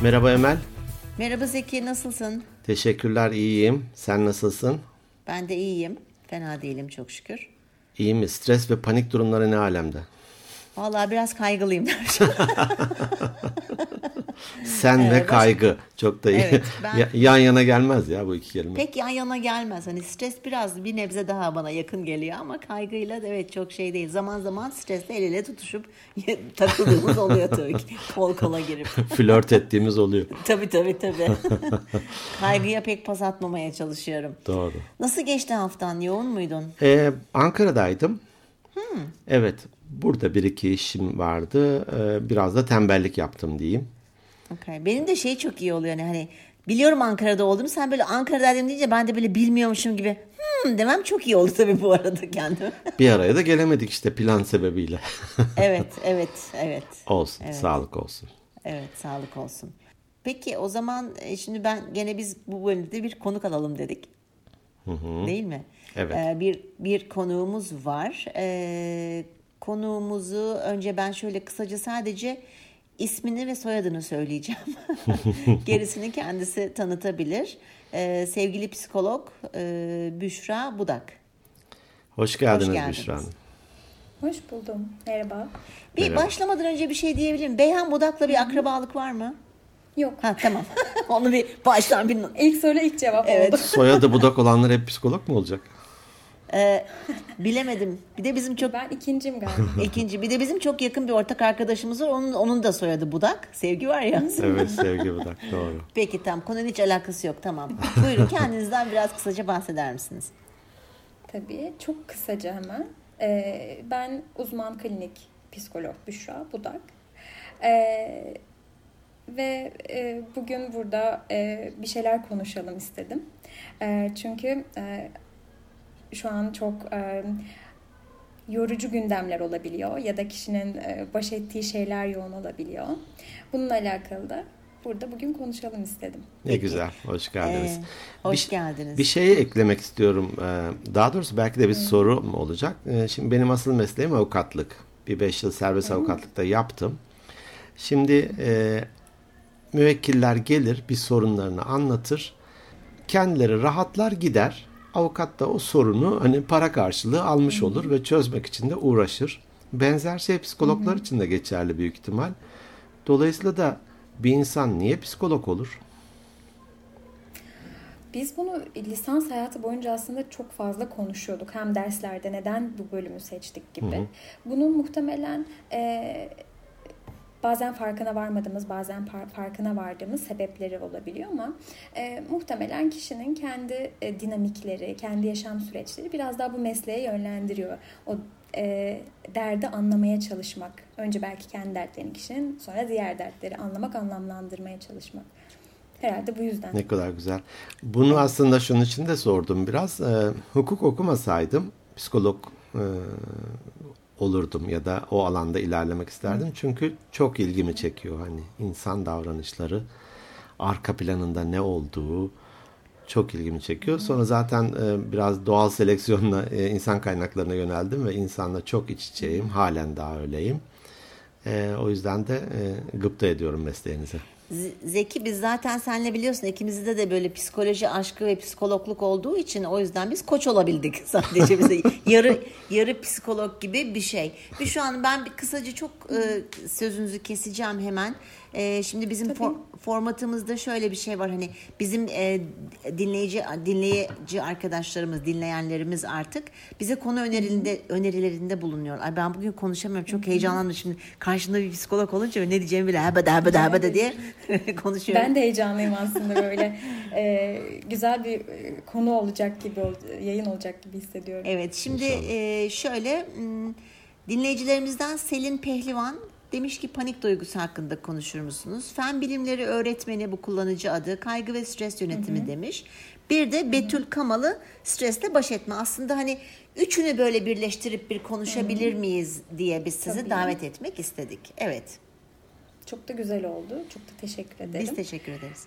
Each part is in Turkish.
Merhaba Emel. Merhaba Zeki, nasılsın? Teşekkürler, iyiyim. Sen nasılsın? Ben de iyiyim. Fena değilim çok şükür. İyi mi? Stres ve panik durumları ne alemde? Vallahi biraz kaygılıyım. Sen ve Baş... kaygı. Çok da iyi. Evet, ben Yan yana gelmez ya bu iki kelime. pek yan yana gelmez. Hani stres biraz bir nebze daha bana yakın geliyor ama kaygıyla da evet çok şey değil. Zaman zaman stresle el ele tutuşup takıldığımız oluyor tabii ki. Kol kola girip. Flört ettiğimiz oluyor. Tabii. Kaygıya pek pas atmamaya çalışıyorum. Doğru. Nasıl geçti haftan? Yoğun muydun? Ankara'daydım. Evet. Burada bir iki işim vardı. Biraz da tembellik yaptım diyeyim. Okay. Benim de şey çok iyi oluyor hani biliyorum Ankara'da olduğunu, sen böyle Ankara'daydım deyince ben de böyle bilmiyormuşum gibi demem çok iyi oldu tabii bu arada kendime. Bir araya da gelemedik işte plan sebebiyle. Evet. Olsun, Evet. sağlık olsun. Evet, sağlık olsun. Peki o zaman şimdi biz bu bölümde bir konuk alalım dedik. Değil mi? Evet. Bir konuğumuz var. Konuğumuzu önce ben şöyle kısaca sadece ismini ve soyadını söyleyeceğim. Gerisini kendisi tanıtabilir. Sevgili psikolog Büşra Budak. Hoş Hoş geldiniz geldiniz. Büşra Hanım. Hoş buldum. Merhaba. Bir başlamadan önce bir şey diyebilir miyim? Beyhan Budak'la bir akrabalık var mı? Yok. Ha, tamam. Onu bir baştan bir... İlk soru ilk cevap Evet. oldu. Soyadı Budak olanlar hep psikolog mu olacak? Bilemedim. Bir de bizim çok Ben ikincim galiba. bir de bizim çok yakın bir ortak arkadaşımız var. Onun da soyadı Budak. Sevgi var ya. Evet, Sevgi Budak, doğru. Peki tamam. Konunun hiç alakası yok. Tamam. Buyurun, kendinizden biraz kısaca bahseder misiniz? Tabii. Çok kısaca hemen. Ben uzman klinik psikolog Büşra Budak. Ve bugün burada bir şeyler konuşalım istedim. Çünkü şu an çok yorucu gündemler olabiliyor ya da kişinin baş ettiği şeyler yoğun olabiliyor. Bununla alakalı da burada bugün konuşalım istedim. Ne güzel, hoş geldiniz. Hoş geldiniz. Bir şeyi eklemek istiyorum. Daha doğrusu belki de bir soru mu olacak? Şimdi benim asıl mesleğim avukatlık. Bir 5 yıl serbest avukatlıkta yaptım. Şimdi müvekkiller gelir, bir sorunlarını anlatır. Kendileri rahatlar gider. Avukat da o sorunu hani para karşılığı almış olur ve çözmek için de uğraşır. Benzer şey psikologlar için de geçerli büyük ihtimal. Dolayısıyla da bir insan niye psikolog olur? Biz bunu lisans hayatı boyunca aslında çok fazla konuşuyorduk. Hem derslerde neden bu bölümü seçtik gibi. Bunun muhtemelen bazen farkına varmadığımız, bazen farkına vardığımız sebepleri olabiliyor ama muhtemelen kişinin kendi dinamikleri, kendi yaşam süreçleri biraz daha bu mesleğe yönlendiriyor. O derdi anlamaya çalışmak. Önce belki kendi dertlerini kişinin, sonra diğer dertleri anlamak, anlamlandırmaya çalışmak. Herhalde bu yüzden. Ne kadar güzel. Bunu aslında şunun için de sordum biraz. Hukuk okumasaydım psikolog olurdum ya da o alanda ilerlemek isterdim. Çünkü çok ilgimi çekiyor. Hani insan davranışları, arka planında ne olduğu çok ilgimi çekiyor. Sonra zaten biraz doğal seleksiyonla insan kaynaklarına yöneldim ve insanla çok iç içeyim. Halen daha öyleyim. O yüzden de gıpta ediyorum mesleğinize. Zeki, biz zaten senle biliyorsun ikimizde de böyle psikoloji aşkı ve psikologluk olduğu için o yüzden biz koç olabildik sadece bize yarı psikolog gibi bir şey. Şu an ben bir kısaca çok sözünüzü keseceğim hemen. Şimdi bizim formatımızda şöyle bir şey var, hani bizim dinleyici arkadaşlarımız, dinleyenlerimiz artık bize konu önerilerinde bulunuyor. Ay, ben bugün konuşamıyorum, çok heyecanlandım şimdi karşında bir psikolog olunca ne diyeceğimi bile habada diye konuşuyorum. Ben de heyecanlıyım aslında, böyle güzel bir konu olacak gibi, yayın olacak gibi hissediyorum. Evet, şimdi şöyle dinleyicilerimizden Selin Pehlivan demiş ki panik duygusu hakkında konuşur musunuz? Fen bilimleri öğretmeni, bu kullanıcı adı, kaygı ve stres yönetimi demiş. Bir de Betül Kamalı, stresle baş etme. Aslında hani üçünü böyle birleştirip bir konuşabilir miyiz diye biz sizi davet etmek istedik. Evet. Çok da güzel oldu. Çok da teşekkür ederim. Biz teşekkür ederiz.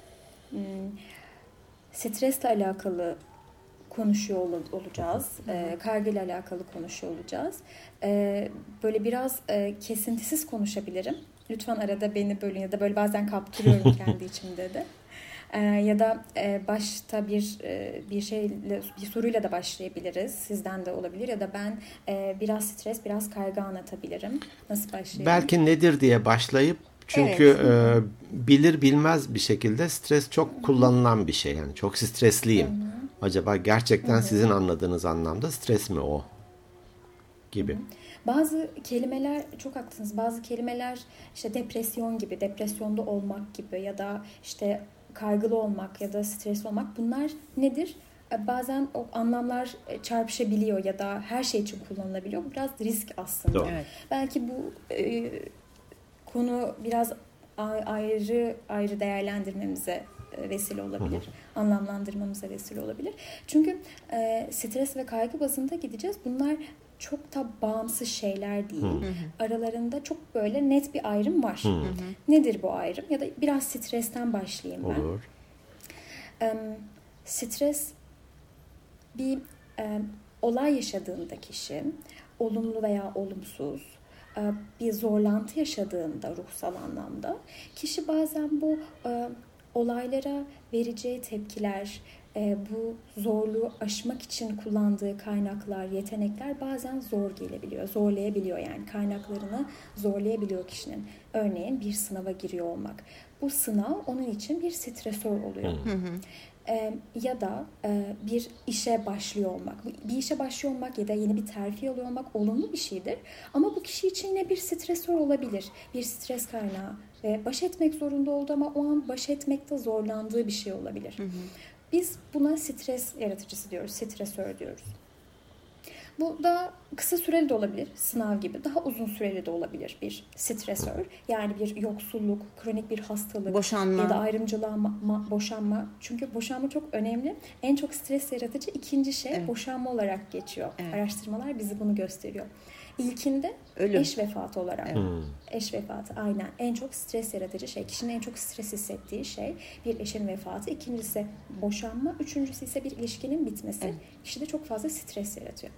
Stresle alakalı konuşuyor olacağız. Kaygıyla alakalı konuşuyor olacağız. Böyle biraz kesintisiz konuşabilirim. Lütfen arada beni bölün ya da böyle bazen kaptırıyorum kendi içimde de. Ya da başta bir şeyle, bir soruyla da başlayabiliriz. Sizden de olabilir ya da ben biraz stres, biraz kaygı anlatabilirim. Nasıl başlayalım? Belki nedir diye başlayıp, çünkü bilir bilmez bir şekilde stres çok kullanılan bir şey. Yani çok stresliyim. Acaba gerçekten sizin anladığınız anlamda stres mi o? Gibi. Bazı kelimeler, çok haklısınız. Bazı kelimeler işte depresyon gibi, depresyonda olmak gibi ya da işte kaygılı olmak ya da stresli olmak, bunlar nedir? Bazen o anlamlar çarpışabiliyor ya da her şey için kullanılabiliyor. Bu biraz risk aslında. Doğru. Evet. Belki bu konu biraz ayrı değerlendirmemize vesile olabilir. Anlamlandırmamıza vesile olabilir. Çünkü stres ve kaygı bazında gideceğiz. Bunlar çok da bağımsız şeyler değil. Aralarında çok böyle net bir ayrım var. Nedir bu ayrım? Ya da biraz stresten başlayayım ben. Olur. Stres bir olay yaşadığında kişi, olumlu veya olumsuz, bir zorlantı yaşadığında ruhsal anlamda, kişi bazen bu olaylara vereceği tepkiler, bu zorluğu aşmak için kullandığı kaynaklar, yetenekler bazen zor gelebiliyor, zorlayabiliyor, yani kaynaklarını zorlayabiliyor kişinin. Örneğin bir sınava giriyor olmak. Bu sınav onun için bir stresör oluyor. Ya da bir işe başlıyor olmak. Bir işe başlıyor olmak ya da yeni bir terfi alıyor olmak olumlu bir şeydir. Ama bu kişi için yine bir stresör olabilir. Bir stres kaynağı ve baş etmek zorunda oldu ama o an baş etmekte zorlandığı bir şey olabilir. Biz buna stres yaratıcısı diyoruz, stresör diyoruz. Bu da kısa süreli de olabilir, sınav gibi. Daha uzun süreli de olabilir bir stresör. Yani bir yoksulluk, kronik bir hastalık Boşanma. ya da ayrımcılığa, boşanma. Çünkü boşanma çok önemli. En çok stres yaratıcı ikinci şey boşanma olarak geçiyor. Evet. Araştırmalar bizi bunu gösteriyor. İlkinde Ölüm. eş vefatı olarak. Eş vefatı aynen. En çok stres yaratıcı şey. Kişinin en çok stres hissettiği şey bir eşin vefatı. İkincisi boşanma. Üçüncüsü ise bir ilişkinin bitmesi. Evet. Kişide çok fazla stres yaratıyor.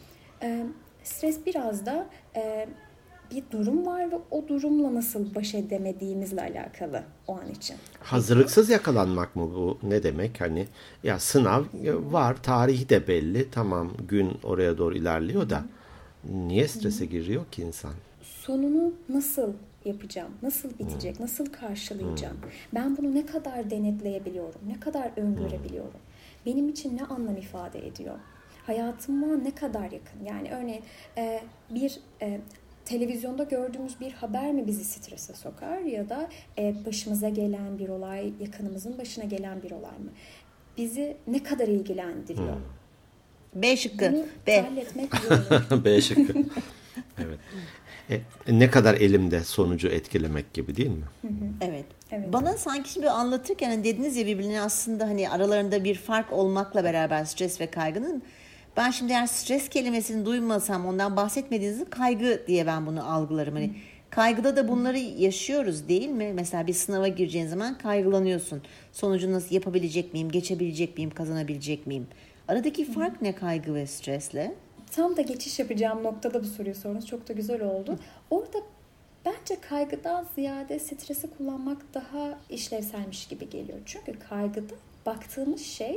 Stres biraz da bir durum var ve o durumla nasıl baş edemediğimizle alakalı o an için. Hazırlıksız yakalanmak mı bu? Ne demek? Hani ya sınav var, tarihi de belli. Tamam, gün oraya doğru ilerliyor da niye strese giriyor ki insan? Sonunu nasıl yapacağım? Nasıl bitecek? Nasıl karşılayacağım? Ben bunu ne kadar denetleyebiliyorum? Ne kadar öngörebiliyorum? Benim için ne anlam ifade ediyor? Hayatıma ne kadar yakın? Yani örneğin bir televizyonda gördüğümüz bir haber mi bizi strese sokar ya da başımıza gelen bir olay, yakınımızın başına gelen bir olay mı? Bizi ne kadar ilgilendiriyor? B şıkkı. Bunu B. halletmek zorunda. B şıkkı. Evet. Ne kadar elimde sonucu etkilemek gibi değil mi? Evet. Evet. Bana sanki şimdi anlatırken hani dediniz ya, birbirine aslında hani aralarında bir fark olmakla beraber stres ve kaygının, ben şimdi eğer stres kelimesini duymasam, ondan bahsetmediğinizde kaygı diye ben bunu algılarım. Hani kaygıda da bunları yaşıyoruz değil mi? Mesela bir sınava gireceğin zaman kaygılanıyorsun. Sonucu nasıl yapabilecek miyim, geçebilecek miyim, kazanabilecek miyim? Aradaki fark ne kaygı ve stresle? Tam da geçiş yapacağım noktada bu soruyu sorunuz. Çok da güzel oldu. Orada bence kaygıdan ziyade stresi kullanmak daha işlevselmiş gibi geliyor. Çünkü kaygıda baktığımız şey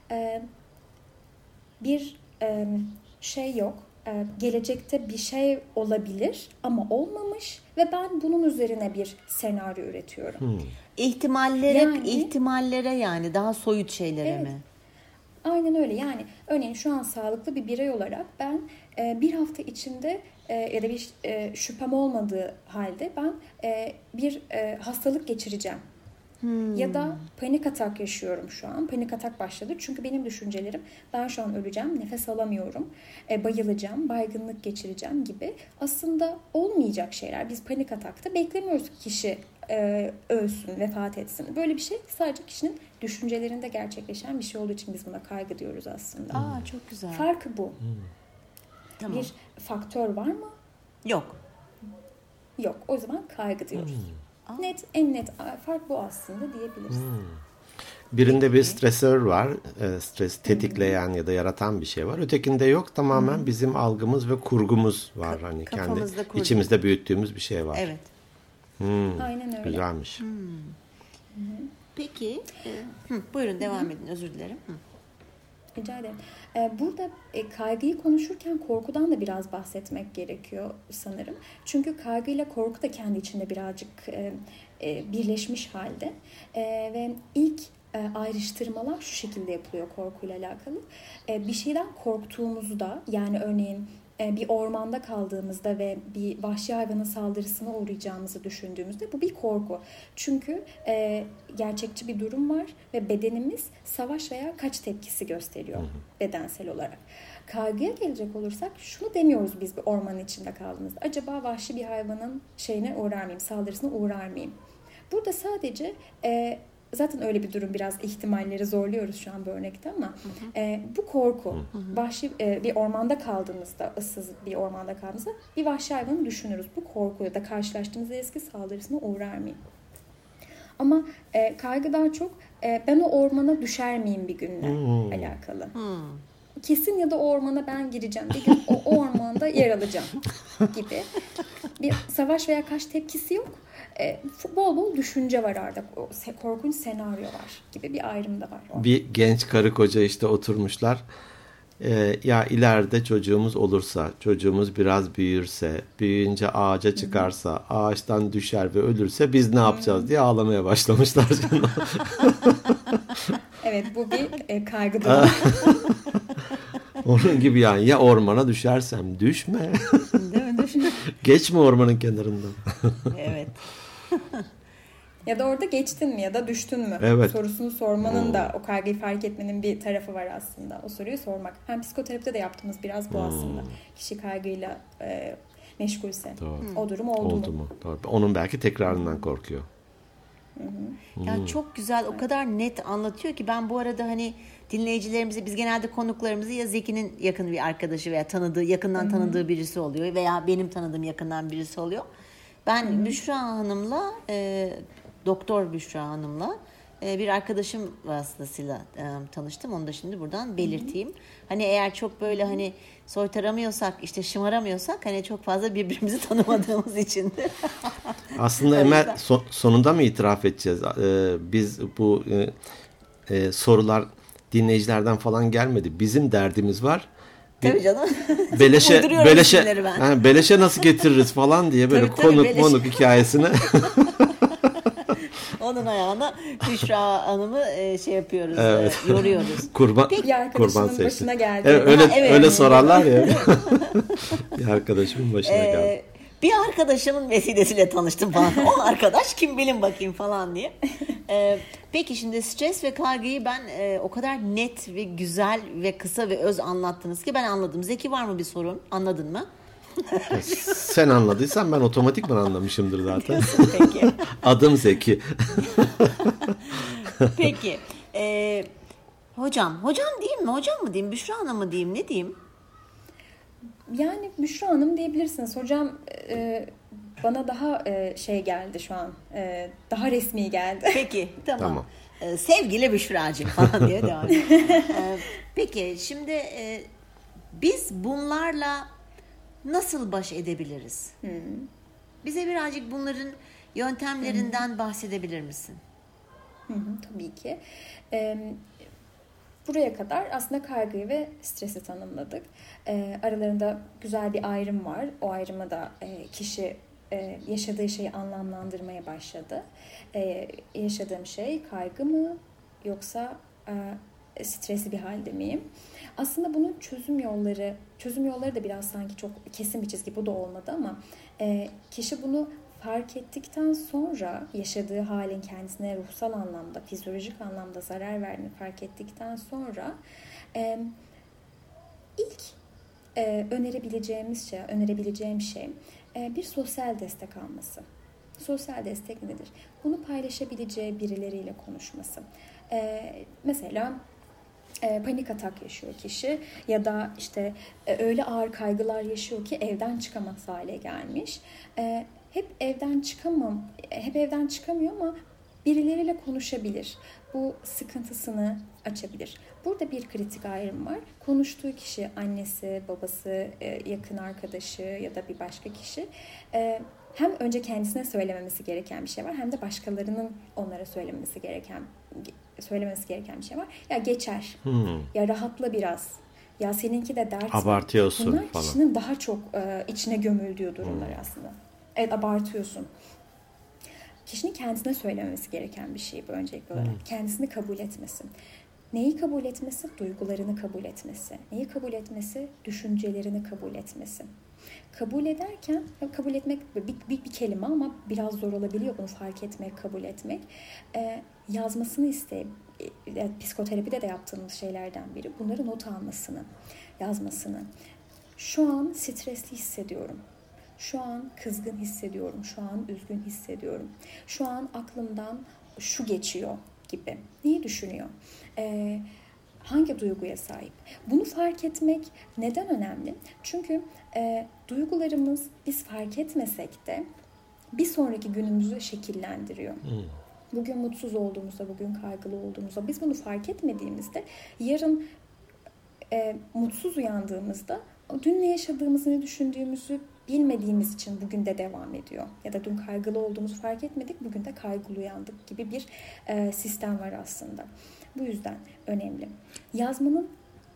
bir şey yok. Gelecekte bir şey olabilir ama olmamış ve ben bunun üzerine bir senaryo üretiyorum. İhtimallere yani daha soyut şeylere Evet. mi? Aynen öyle. Yani örneğin şu an sağlıklı bir birey olarak ben bir hafta içinde ya da bir şüphem olmadığı halde ben bir hastalık geçireceğim. Ya da panik atak yaşıyorum şu an. Panik atak başladı. Çünkü benim düşüncelerim, ben şu an öleceğim, nefes alamıyorum, bayılacağım, baygınlık geçireceğim gibi aslında olmayacak şeyler. Biz panik atakta beklemiyoruz ki kişi ölsün, vefat etsin. Böyle bir şey sadece kişinin düşüncelerinde gerçekleşen bir şey olduğu için biz buna kaygı diyoruz aslında. Aa, çok güzel. Farkı bu. Tamam. Bir faktör var mı? Yok. Yok. O zaman kaygı diyoruz. En net fark bu aslında diyebiliriz. Birinde bir stresör var, stres tetikleyen ya da yaratan bir şey var. Ötekinde yok, tamamen bizim algımız ve kurgumuz var. Hani kendi Kafamızda kurduğumuz. içimizde büyüttüğümüz bir şey var. Evet. Aynen öyle. Güzelmiş. Peki, buyurun devam edin, özür dilerim. Rica ederim. Burada kaygıyı konuşurken korkudan da biraz bahsetmek gerekiyor sanırım. Çünkü kaygıyla korku da kendi içinde birazcık birleşmiş halde. Ve ilk ayrıştırmalar şu şekilde yapılıyor korkuyla alakalı. Bir şeyden korktuğumuzda, yani örneğin bir ormanda kaldığımızda ve bir vahşi hayvanın saldırısına uğrayacağımızı düşündüğümüzde bu bir korku. Çünkü gerçekçi bir durum var ve bedenimiz savaş veya kaç tepkisi gösteriyor bedensel olarak. Kaygıya gelecek olursak şunu demiyoruz biz bir ormanın içinde kaldığımızda. Acaba vahşi bir hayvanın uğrar mıyım, saldırısına uğrar mıyım? Burada sadece zaten öyle bir durum, biraz ihtimalleri zorluyoruz şu an bu örnekte ama bu korku. Vahşi bir ormanda kaldığımızda, ıssız bir ormanda kaldığımızda bir vahşi hayvanı düşünürüz. Bu korku ya da karşılaştığımız eski saldırısına uğrar mıyım? Ama kaygı daha çok ben o ormana düşer miyim bir günle alakalı. Kesin ya da o ormana ben gireceğim. Bir gün o ormanda yer alacağım gibi. Bir savaş veya kaç tepkisi yok. Bol bol düşünce var orada. Korkunç senaryo var gibi bir ayrım da var. Orada. Bir genç karı koca işte oturmuşlar. Ya ileride çocuğumuz olursa, çocuğumuz biraz büyürse, büyüyünce ağaca çıkarsa, ağaçtan düşer ve ölürse biz ne yapacağız diye ağlamaya başlamışlar. Evet, bu bir kaygı durumu. Onun gibi yani, ya ormana düşersem düşme. Değil mi? Geçme ormanın kenarından. Evet. Ya da orada geçtin mi ya da düştün mü? Evet. Sorusunu sormanın da o kaygıyı fark etmenin bir tarafı var aslında. O soruyu sormak. Hem psikoterapide de yaptığımız biraz bu aslında. Kişi kaygıyla meşgulse. Doğru. O durum oldu mu? Doğru. Onun belki tekrarından korkuyor. Ya çok güzel, o kadar net anlatıyor ki ben bu arada hani dinleyicilerimizi, biz genelde konuklarımızı ya Zeki'nin yakın bir arkadaşı veya tanıdığı, yakından tanıdığı birisi oluyor veya benim tanıdığım yakından birisi oluyor. Ben Büşra Hanım'la, Doktor Büşra Hanım'la bir arkadaşım vasıtasıyla tanıştım. Onu da şimdi buradan belirteyim. Hani eğer çok böyle hani soytaramıyorsak, işte şımaramıyorsak hani çok fazla birbirimizi tanımadığımız için. Aslında Emel sonunda mı itiraf edeceğiz? Biz bu sorular dinleyicilerden falan gelmedi. Bizim derdimiz var. Tabii canım. Beleşe nasıl getiririz falan diye böyle konuk hikayesini. Onun ayağına Büşra Hanım'ı yapıyoruz, evet. Yoruyoruz. Bir arkadaşımın başına geldi. Öyle sorarlar ya. Bir arkadaşımın başına geldi. Bir arkadaşımın vesilesiyle tanıştım falan. O arkadaş kim bilin bakayım falan diye. Peki şimdi stres ve kaygıyı ben o kadar net ve güzel ve kısa ve öz anlattınız ki ben anladım. Zeki, var mı bir sorun? Anladın mı? Sen anladıysan ben otomatikman anlamışımdır zaten. Peki. Adım Zeki. Peki. Hocam diyeyim mi? Hocam mı diyeyim? Büşra Hanım mı diyeyim? Ne diyeyim? Yani Büşra Hanım diyebilirsiniz. Hocam bana daha geldi şu an. Daha resmi geldi. Peki, tamam. Sevgili Büşra'cığım falan diye devam edelim. Peki, şimdi biz bunlarla nasıl baş edebiliriz? Bize birazcık bunların yöntemlerinden bahsedebilir misin? Tabii ki. Buraya kadar aslında kaygıyı ve stresi tanımladık. Aralarında güzel bir ayrım var. O ayrıma da kişi yaşadığı şeyi anlamlandırmaya başladı. Yaşadığım şey kaygı mı yoksa stresli bir halde miyim? Aslında bunun çözüm yolları da biraz sanki çok kesin bir çizgi, bu da olmadı ama kişi bunu fark ettikten sonra, yaşadığı halin kendisine ruhsal anlamda, fizyolojik anlamda zarar verdiğini fark ettikten sonra ilk önerebileceğim şey bir sosyal destek alması. Sosyal destek nedir? Bunu paylaşabileceği birileriyle konuşması. Mesela panik atak yaşıyor kişi ya da işte öyle ağır kaygılar yaşıyor ki evden çıkamaz hale gelmiş. Hep evden çıkamıyor ama birileriyle konuşabilir. Bu sıkıntısını açabilir. Burada bir kritik ayrım var. Konuştuğu kişi annesi, babası, yakın arkadaşı ya da bir başka kişi hem önce kendisine söylememesi gereken bir şey var, hem de başkalarının onlara söylemesi gereken bir şey var. Ya geçer. Ya rahatla biraz. Ya seninki de dert. Abartıyorsun Bunlar falan. kişinin daha çok içine gömüldüğü durumlar aslında. Evet, abartıyorsun. Kişinin kendisine söylememesi gereken bir şey bu öncelikli olarak. Kendisini kabul etmesi. Neyi kabul etmesi? Duygularını kabul etmesi. Neyi kabul etmesi? Düşüncelerini kabul etmesi. Kabul ederken, kabul etmek bir kelime ama biraz zor olabiliyor bunu fark etmek, kabul etmek. Yazmasını isteyip, psikoterapide de yaptığımız şeylerden biri bunları not almasını, yazmasını. Şu an stresli hissediyorum. Şu an kızgın hissediyorum. Şu an üzgün hissediyorum. Şu an aklımdan şu geçiyor gibi. Neyi düşünüyor? Hangi duyguya sahip? Bunu fark etmek neden önemli? Çünkü duygularımız biz fark etmesek de bir sonraki günümüzü şekillendiriyor. Bugün mutsuz olduğumuzda, bugün kaygılı olduğumuzda biz bunu fark etmediğimizde yarın mutsuz uyandığımızda dün ne yaşadığımızı, ne düşündüğümüzü bilmediğimiz için bugün de devam ediyor. Ya da dün kaygılı olduğumuzu fark etmedik, bugün de kaygılı uyandık gibi bir sistem var aslında. Bu yüzden önemli. Yazmanın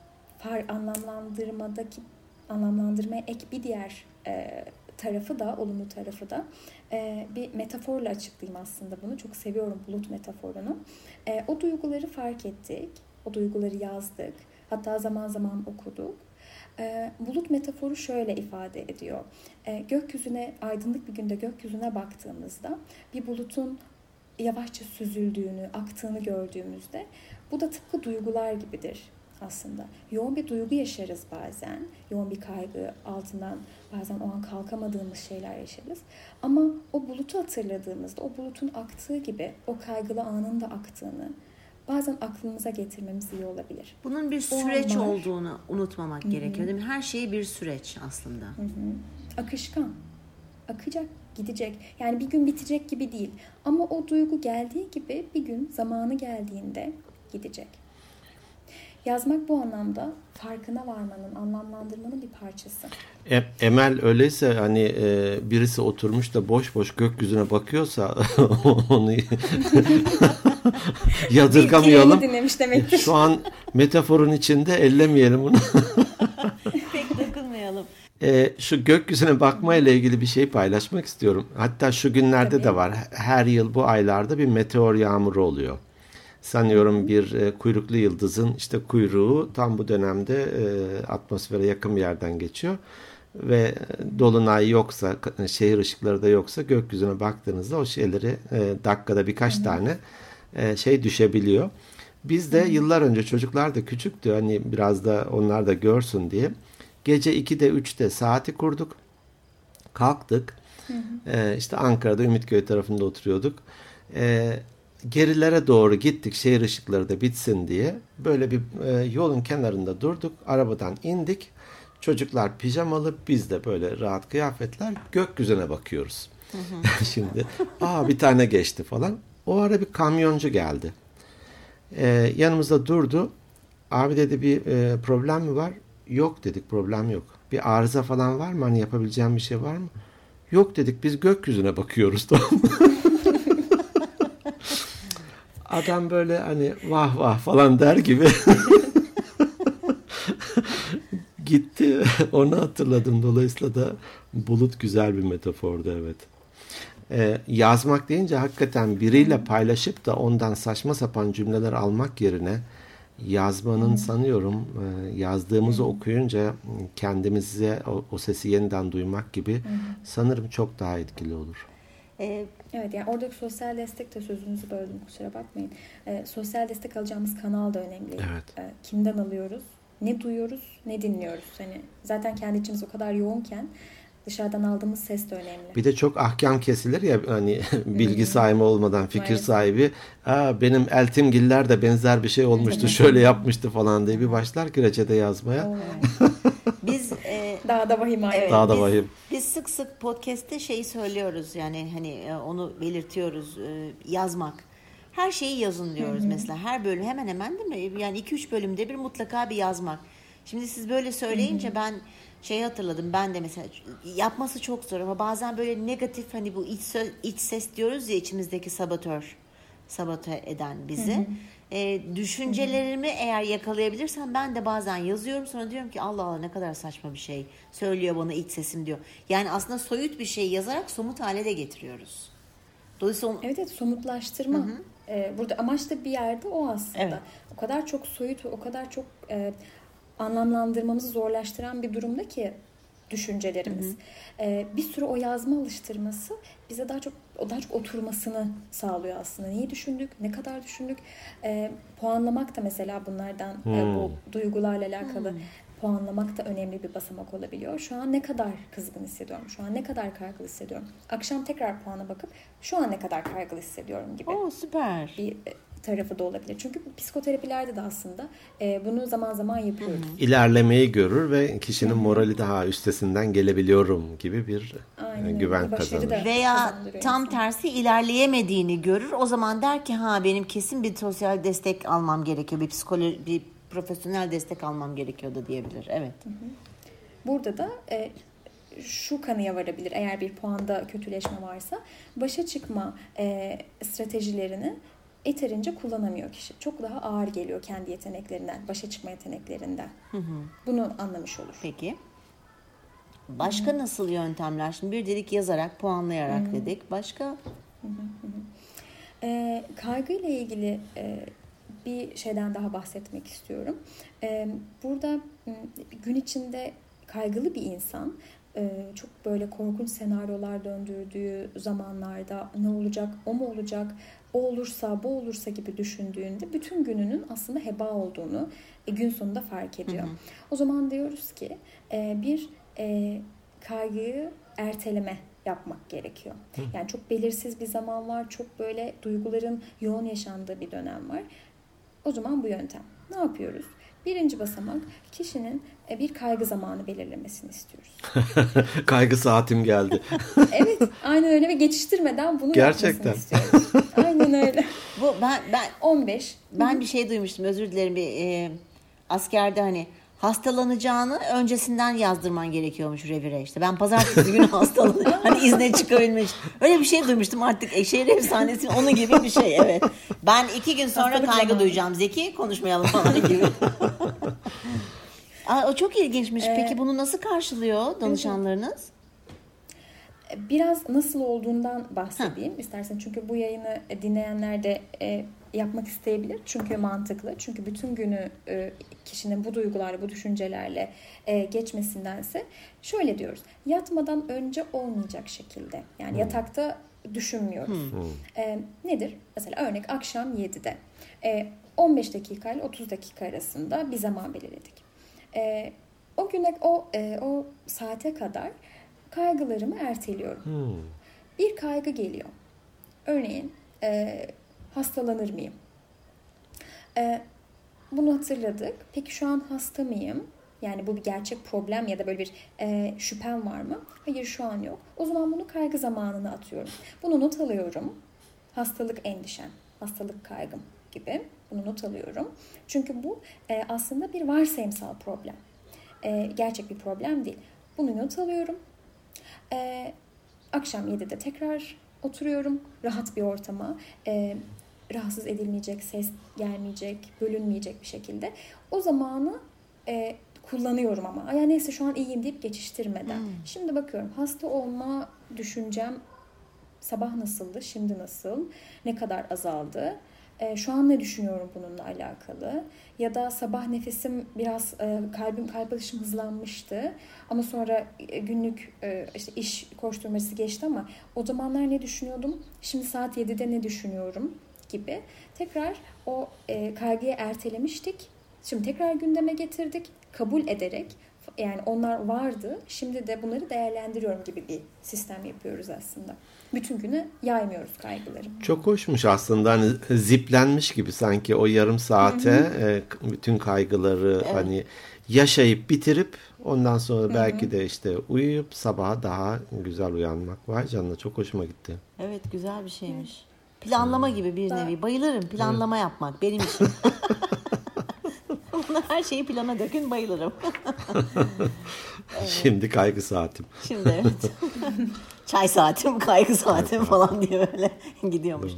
anlamlandırmaya ek bir diğer tarafı da, olumlu tarafı da bir metaforla açıklayayım aslında bunu. Çok seviyorum bulut metaforunu. O duyguları fark ettik, o duyguları yazdık, hatta zaman zaman okuduk. Bulut metaforu şöyle ifade ediyor. Gökyüzüne, aydınlık bir günde gökyüzüne baktığımızda bir bulutun yavaşça süzüldüğünü, aktığını gördüğümüzde bu da tıpkı duygular gibidir aslında. Yoğun bir duygu yaşarız bazen. Yoğun bir kaygı altından bazen o an kalkamadığımız şeyler yaşarız. Ama o bulutu hatırladığımızda o bulutun aktığı gibi o kaygılı anın da aktığını bazen aklımıza getirmemiz iyi olabilir. Bunun bir süreç olduğunu unutmamak gerekiyor değil mi? Her şey bir süreç aslında. Akışkan. Akacak, gidecek. Yani bir gün bitecek gibi değil. Ama o duygu geldiği gibi bir gün zamanı geldiğinde gidecek. Yazmak bu anlamda farkına varmanın, anlamlandırmanın bir parçası. Emel, öyleyse hani birisi oturmuş da boş boş gökyüzüne bakıyorsa onu yadırgamayalım. Dinlemiş demektir. Şu an metaforun içinde ellemeyelim bunu. Pek dokunmayalım. Şu gökyüzüne bakma ile ilgili bir şey paylaşmak istiyorum. Hatta şu günlerde de var. Her yıl bu aylarda bir meteor yağmuru oluyor. Sanıyorum bir kuyruklu yıldızın işte kuyruğu tam bu dönemde atmosfere yakın bir yerden geçiyor. Ve dolunay yoksa, şehir ışıkları da yoksa gökyüzüne baktığınızda o şeyleri dakikada birkaç tane şey düşebiliyor. Biz de yıllar önce, çocuklar da küçüktü, hani biraz da onlar da görsün diye gece 2'de 3'te saati kurduk. Kalktık. İşte Ankara'da Ümitköy tarafında oturuyorduk. Gerilere doğru gittik, şehir ışıkları da bitsin diye. Böyle bir yolun kenarında durduk. Arabadan indik. Çocuklar pijamalı, biz de böyle rahat kıyafetler, gökyüzüne bakıyoruz. Şimdi bir tane geçti falan. O ara bir kamyoncu geldi. Yanımızda durdu. Abi dedi, bir problem mi var? Yok dedik, problem yok. Bir arıza falan var mı? Hani yapabileceğim bir şey var mı? Yok dedik, biz gökyüzüne bakıyoruz. Tamam. Adam böyle hani vah vah falan der gibi gitti. Onu hatırladım. Dolayısıyla da bulut güzel bir metafordu, evet. Yazmak deyince hakikaten biriyle paylaşıp da ondan saçma sapan cümleler almak yerine yazmanın sanıyorum yazdığımızı okuyunca kendimize o sesi yeniden duymak gibi sanırım çok daha etkili olur. Evet, yani oradaki sosyal destek de, sözünüzü böldüm, kusura bakmayın. Sosyal destek alacağımız kanal da önemli. Evet. Kimden alıyoruz? Ne duyuyoruz? Ne dinliyoruz? Hani zaten kendi içimiz o kadar yoğunken dışarıdan aldığımız ses de önemli. Bir de çok ahkam kesilir ya, hani bilgi sahibi olmadan fikir sahibi, benim Eltimgiller de benzer bir şey olmuştu, şöyle yapmıştı falan diye bir başlar ki reçete yazmaya. Biz daha da vahim. Evet, daha da vahim. Biz sık sık podcast'te şeyi söylüyoruz, yani hani onu belirtiyoruz, yazmak. Her şeyi yazın diyoruz mesela. Her bölüm hemen hemen, değil mi? Yani 2-3 bölümde bir mutlaka bir yazmak. Şimdi siz böyle söyleyince ben hatırladım. Ben de mesela yapması çok zor ama bazen böyle negatif, hani bu iç ses diyoruz ya, içimizdeki sabote eden bizi. Düşüncelerimi eğer yakalayabilirsem ben de bazen yazıyorum, sonra diyorum ki Allah Allah, ne kadar saçma bir şey söylüyor bana iç sesim diyor. Yani aslında soyut bir şey yazarak somut hale de getiriyoruz. Dolayısıyla evet, somutlaştırma. Burada amaç da bir yerde o aslında. Evet. O kadar çok soyut ve o kadar çok anlamlandırmamızı zorlaştıran bir durumda ki düşüncelerimiz. Bir süre o yazma alıştırması bize daha çok oturmasını sağlıyor aslında. Neyi düşündük, ne kadar düşündük. Puanlamak da mesela bunlardan, bu duygularla alakalı puanlamak da önemli bir basamak olabiliyor. Şu an ne kadar kızgın hissediyorum, şu an ne kadar kaygılı hissediyorum. Akşam tekrar puana bakıp şu an ne kadar kaygılı hissediyorum gibi. Süper. Bir tarafı da olabilir. Çünkü psikoterapilerde de aslında bunu zaman zaman yapıyoruz. İlerlemeyi görür ve kişinin morali daha üstesinden gelebiliyorum gibi bir güven kazanır. Veya tam tersi ilerleyemediğini görür. O zaman der ki benim kesin bir sosyal destek almam gerekiyor. Bir profesyonel destek almam gerekiyor da diyebilir. Evet. Burada da şu kanıya varabilir. Eğer bir puanda kötüleşme varsa, başa çıkma stratejilerini yeterince kullanamıyor kişi. Çok daha ağır geliyor kendi yeteneklerinden, başa çıkma yeteneklerinden. Bunu anlamış olur. Peki. Başka nasıl yöntemler? Şimdi bir dedik yazarak, puanlayarak dedik. Başka? Kaygıyla ilgili bir şeyden daha bahsetmek istiyorum. Burada gün içinde kaygılı bir insan çok böyle korkunç senaryolar döndürdüğü zamanlarda ne olacak, o mu olacak, o olursa, bu olursa gibi düşündüğünde bütün gününün aslında heba olduğunu gün sonunda fark ediyor. O zaman diyoruz ki bir kaygıyı erteleme yapmak gerekiyor. Yani çok belirsiz bir zaman var, çok böyle duyguların yoğun yaşandığı bir dönem var. O zaman bu yöntem. Ne yapıyoruz? Birinci basamak, kişinin bir kaygı zamanı belirlemesini istiyoruz. Kaygı saatim geldi. Evet, aynen öyle ve geçiştirmeden bunu gerçekten yapmasını istiyoruz. Aynen öyle. Bu ben 15. Ben bir şey duymuştum, özür dilerim, bir askerde hani hastalanacağını öncesinden yazdırman gerekiyormuş revire işte. Ben pazartesi günü hastalanıyorum. Hani izne çıkabilmek için. Öyle bir şey duymuştum artık. Şehir efsanesi onun gibi bir şey, evet. Ben 2 gün sonra Hastalık kaygı zamanı. duyacağım. Zeki konuşmayalım falan gibi. O çok ilginçmiş. Peki bunu nasıl karşılıyor danışanlarınız? Biraz nasıl olduğundan bahsedeyim istersen. Çünkü bu yayını dinleyenler de yapmak isteyebilir. Çünkü mantıklı. Çünkü bütün günü kişinin bu duygularla, bu düşüncelerle geçmesindense şöyle diyoruz. Yatmadan önce olmayacak şekilde. Yani yatakta düşünmüyoruz. Nedir? Mesela örnek akşam 7'de. 15 dakika ile 30 dakika arasında bir zaman belirledik. O güne, o saate kadar kaygılarımı erteliyorum. Bir kaygı geliyor. Örneğin hastalanır mıyım? Bunu hatırladık. Peki şu an hasta mıyım? Yani bu bir gerçek problem ya da böyle bir şüphem var mı? Hayır, şu an yok. O zaman bunu kaygı zamanına atıyorum. Bunu not alıyorum. Hastalık endişem, hastalık kaygım gibi. Bunu not alıyorum. Çünkü bu aslında bir varsayımsal problem. Gerçek bir problem değil. Bunu not alıyorum. Akşam 7'de tekrar oturuyorum. Rahat bir ortama. Rahatsız edilmeyecek, ses gelmeyecek, bölünmeyecek bir şekilde. O zamanı kullanıyorum ama. Ya neyse şu an iyiyim deyip geçiştirmeden. Şimdi bakıyorum hasta olma düşüncem sabah nasıldı, şimdi nasıl, ne kadar azaldı. Şu an ne düşünüyorum bununla alakalı? Ya da sabah nefesim biraz kalp atışım hızlanmıştı. Ama sonra günlük işte iş koşturması geçti ama o zamanlar ne düşünüyordum? Şimdi saat 7'de ne düşünüyorum gibi. Tekrar o kaygıyı ertelemiştik. Şimdi tekrar gündeme getirdik. Kabul ederek, yani onlar vardı. Şimdi de bunları değerlendiriyorum gibi bir sistem yapıyoruz aslında. Bütün güne yaymıyoruz kaygıları. Çok hoşmuş aslında. Hani ziplenmiş gibi sanki o yarım saate bütün kaygıları hani yaşayıp bitirip ondan sonra belki de işte uyuyup sabaha daha güzel uyanmak. Vay canına, çok hoşuma gitti. Evet, güzel bir şeymiş. Planlama gibi bir nevi. Bayılırım planlama yapmak benim için. Her şeyi plana dökün, bayılırım. Şimdi kaygı saatim. Şimdi evet. Çay saatim, kaygı saatim falan diye böyle gidiyormuş.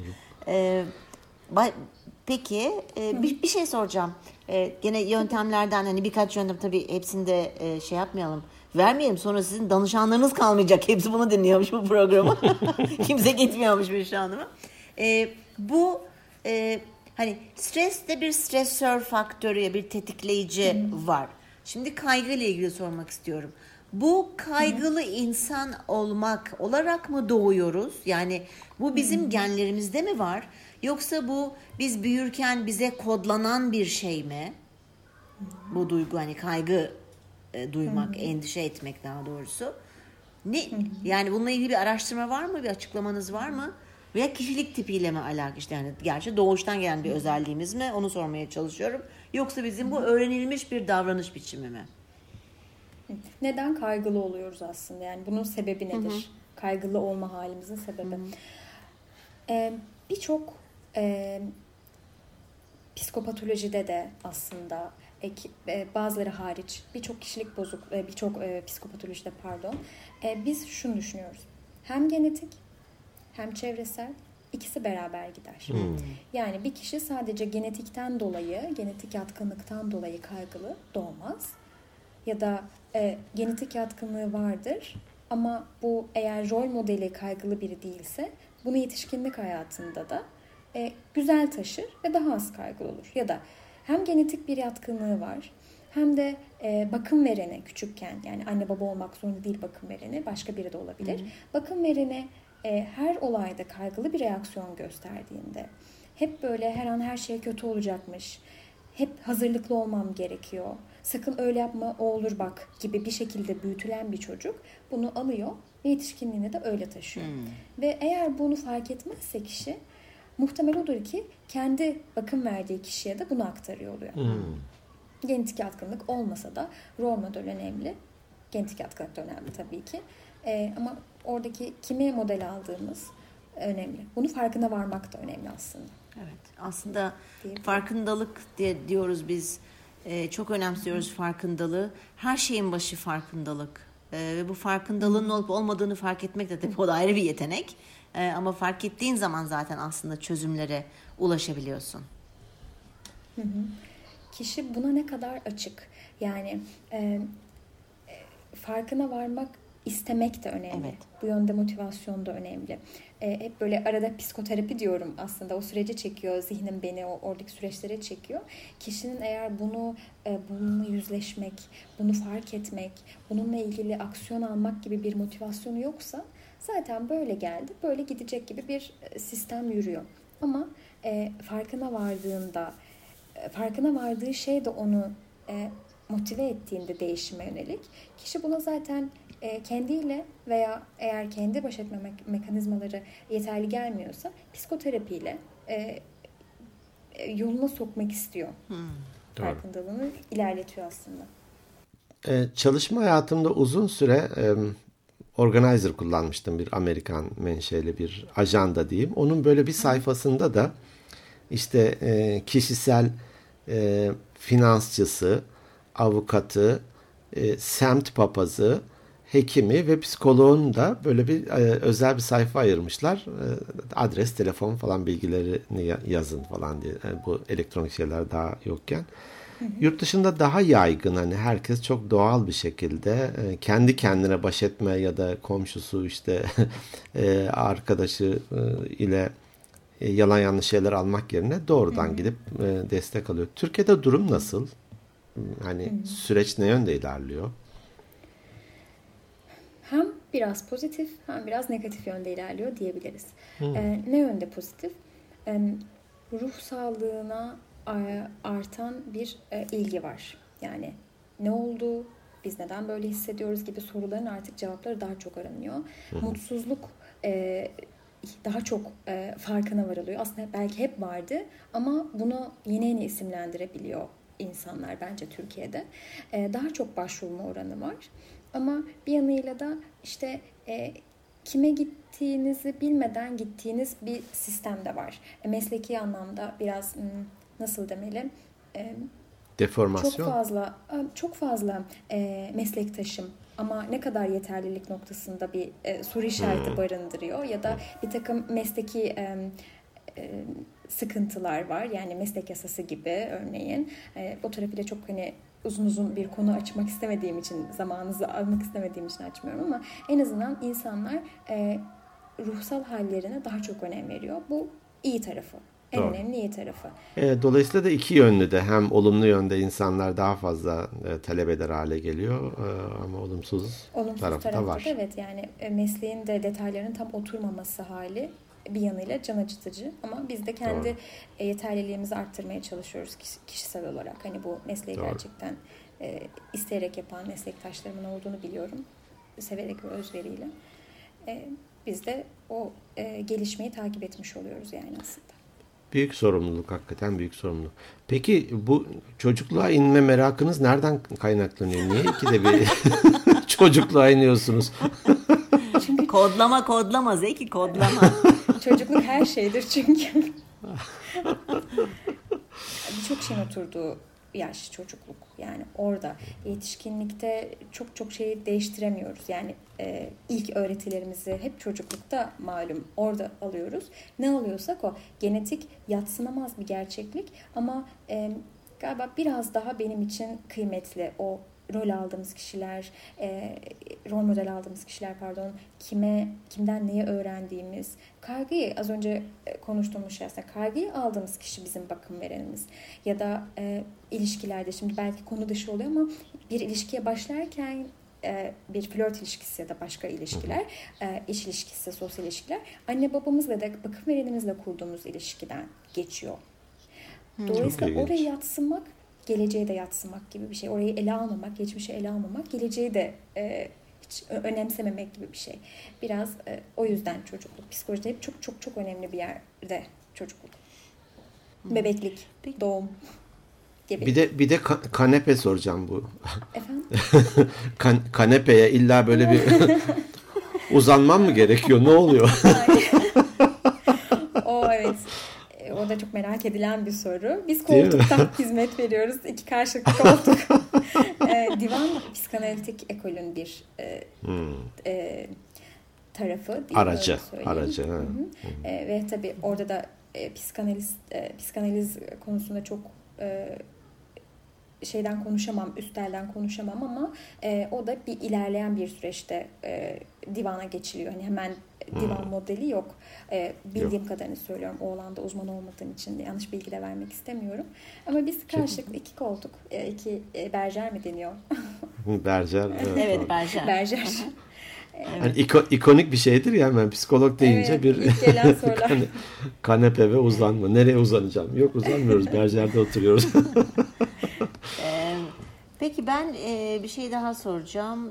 Peki bir şey soracağım. Gene yöntemlerden hani birkaç yöntem, tabii hepsini de şey yapmayalım. Vermeyelim, sonra sizin danışanlarınız kalmayacak. Hepsi bunu dinliyormuş bu programı. Kimse gitmiyormuş Büşra Hanım'a. Bu hani stres de bir stresör faktörü ya, bir tetikleyici var. Şimdi kaygı ile ilgili sormak istiyorum. Bu kaygılı insan olmak olarak mı doğuyoruz? Yani bu bizim genlerimizde mi var? Yoksa bu biz büyürken bize kodlanan bir şey mi? Bu duygu, hani kaygı duymak, endişe etmek daha doğrusu. Yani bununla ilgili bir araştırma var mı? Bir açıklamanız var mı? Veya kişilik tipiyle mi alakalı? İşte yani gerçi doğuştan gelen bir özelliğimiz mi? Onu sormaya çalışıyorum. Yoksa bizim bu öğrenilmiş bir davranış biçimi mi? Neden kaygılı oluyoruz aslında? Yani bunun sebebi nedir? Kaygılı olma halimizin sebebi. Birçok psikopatolojide de aslında bazıları hariç birçok kişilik birçok psikopatolojide biz şunu düşünüyoruz. Hem genetik hem çevresel, ikisi beraber gider. Yani bir kişi sadece genetikten dolayı, genetik yatkınlıktan dolayı kaygılı doğmaz. Ya da genetik yatkınlığı vardır ama bu eğer rol modeli kaygılı biri değilse bunu yetişkinlik hayatında da güzel taşır ve daha az kaygılı olur. Ya da hem genetik bir yatkınlığı var hem de bakım verene küçükken, yani anne baba olmak zorunda değil bakım verene, başka biri de olabilir. Bakım verene her olayda kaygılı bir reaksiyon gösterdiğinde, hep böyle her an her şey kötü olacakmış, hep hazırlıklı olmam gerekiyor, sakın öyle yapma o olur bak gibi bir şekilde büyütülen bir çocuk bunu alıyor ve yetişkinliğine de öyle taşıyor. Ve eğer bunu fark etmezse kişi, muhtemel odur ki kendi bakım verdiği kişiye de bunu aktarıyor oluyor. Genetik yatkınlık olmasa da rol model önemli. Genetik yatkınlık da önemli tabii ki. Ama oradaki kimi model aldığımız önemli. Bunu farkına varmak da önemli aslında. Evet, aslında farkındalık diyoruz biz. Çok önemsiyoruz farkındalığı. Her şeyin başı farkındalık. Ve bu farkındalığın olup olmadığını fark etmek de tabii o da ayrı bir yetenek. Ama fark ettiğin zaman zaten aslında çözümlere ulaşabiliyorsun. Kişi buna ne kadar açık? Yani farkına varmak istemek de önemli. Evet. Bu yönde motivasyon da önemli. Hep böyle arada psikoterapi diyorum aslında. O sürece çekiyor. Zihnim beni oradaki süreçlere çekiyor. Kişinin eğer bununla yüzleşmek, bunu fark etmek, bununla ilgili aksiyon almak gibi bir motivasyonu yoksa zaten böyle geldi, böyle gidecek gibi bir sistem yürüyor. Ama farkına vardığı şey de onu motive ettiğinde değişime yönelik, kişi buna zaten kendiyle veya eğer kendi baş etme mekanizmaları yeterli gelmiyorsa psikoterapiyle yoluna sokmak istiyor. Farkındalığını ilerletiyor aslında. Çalışma hayatımda uzun süre Organizer kullanmıştım, bir Amerikan menşeli bir ajanda diyeyim. Onun böyle bir sayfasında da işte kişisel finansçısı, avukatı, semt papazı, hekimi ve psikoloğun da böyle bir özel bir sayfa ayırmışlar. Adres, telefon falan bilgilerini yazın falan diye. Bu elektronik şeyler daha yokken. Yurt dışında daha yaygın, hani herkes çok doğal bir şekilde kendi kendine baş etme ya da komşusu işte arkadaşı ile yalan yanlış şeyler almak yerine doğrudan gidip destek alıyor. Türkiye'de durum nasıl? Hani süreç ne yönde ilerliyor? Hem biraz pozitif hem biraz negatif yönde ilerliyor diyebiliriz. Ne yönde pozitif? Ruh sağlığına artan bir ilgi var. Yani ne oldu, biz neden böyle hissediyoruz gibi soruların artık cevapları daha çok aranıyor. Mutsuzluk daha çok farkına varılıyor. Aslında belki hep vardı ama bunu yeni yeni isimlendirebiliyor insanlar bence Türkiye'de. Daha çok başvurma oranı var. Ama bir yanıyla da işte kime gittiğinizi bilmeden gittiğiniz bir sistem de var. Mesleki anlamda biraz nasıl demeli, Deformasyon. Çok fazla meslektaşım ama ne kadar yeterlilik noktasında bir soru işareti barındırıyor ya da bir takım mesleki sıkıntılar var. Yani meslek yasası gibi örneğin. O tarafıyla çok uzun bir konu açmak istemediğim için, zamanınızı almak istemediğim için açmıyorum ama en azından insanlar ruhsal hallerine daha çok önem veriyor. Bu iyi tarafı. En önemli iyi tarafı. Dolayısıyla da iki yönlü de, hem olumlu yönde insanlar daha fazla talep eder hale geliyor ama olumsuz tarafı da var. Evet, yani mesleğin de detaylarının tam oturmaması hali bir yanıyla can acıtıcı ama biz de kendi yeterliliğimizi arttırmaya çalışıyoruz kişisel olarak. Hani bu mesleği gerçekten isteyerek yapan meslektaşlarımın olduğunu biliyorum. Severek ve özveriyle. Biz de o gelişmeyi takip etmiş oluyoruz yani aslında. Büyük sorumluluk, hakikaten büyük sorumluluk. Peki bu çocukluğa inme merakınız nereden kaynaklanıyor? Niye ikide bir çocukluğa iniyorsunuz? Çünkü kodlama Zeki, kodlama. Çocukluk her şeydir çünkü. Birçok şeyin oturduğu yaş çocukluk. Yani orada yetişkinlikte çok şeyi değiştiremiyoruz. Yani ilk öğretilerimizi hep çocuklukta malum orada alıyoruz. Ne alıyorsak o genetik, yadsınamaz bir gerçeklik ama galiba biraz daha benim için kıymetli o rol aldığımız kişiler, rol model aldığımız kişiler kimden neyi öğrendiğimiz, kaygıyı az önce konuştuğumuz şey aslında kaygıyı aldığımız kişi bizim bakım verenimiz ya da ilişkilerde şimdi belki konu dışı oluyor ama bir ilişkiye başlarken bir flört ilişkisi ya da başka ilişkiler, iş ilişkisi, sosyal ilişkiler anne babamızla da bakım verenimizle kurduğumuz ilişkiden geçiyor. Dolayısıyla oraya yadsımak geleceğe de yadsımak gibi bir şey. Orayı ele almamak, geçmişi ele almamak, geleceği de hiç önemsememek gibi bir şey. Biraz o yüzden çocukluk, psikolojide hep çok önemli bir yerde çocukluk. Bebeklik, doğum gibi. Bir de kanepe soracağım bu. Efendim? Kanepeye illa böyle bir uzanmam mı gerekiyor? Ne oluyor? Evet. O da çok merak edilen bir soru. Biz koltuktan hizmet veriyoruz. 2 karşılıklı koltuk. Divan psikanalitik ekolün bir tarafı. Aracı. Ve tabii orada da psikanaliz konusunda çok üstelden konuşamam ama o da bir ilerleyen bir süreçte divana geçiliyor. Hani hemen divan modeli yok. Bildiğim kadarını söylüyorum. O alanda uzman olmadığım için de yanlış bilgi de vermek istemiyorum. Ama biz karşılıklı 2 koltuk, 2 berjer mi deniyor? Berjer. Evet, berjer. Yani ikonik bir şeydir ya, hemen psikolog deyince bir kanepe ve uzanma. Nereye uzanacağım? Yok, uzanmıyoruz. Berjerde oturuyoruz. Peki ben bir şey daha soracağım.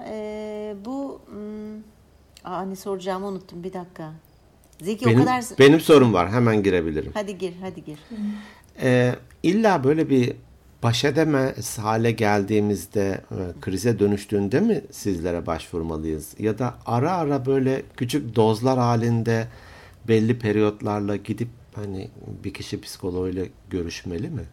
Ne soracağımı unuttum, bir dakika. Zeki benim sorum var, hemen girebilirim. Hadi gir. İlla böyle bir baş edemez hale geldiğimizde, krize dönüştüğünde mi sizlere başvurmalıyız? Ya da ara böyle küçük dozlar halinde belli periyotlarla gidip hani bir kişi psikoloğuyla görüşmeli mi?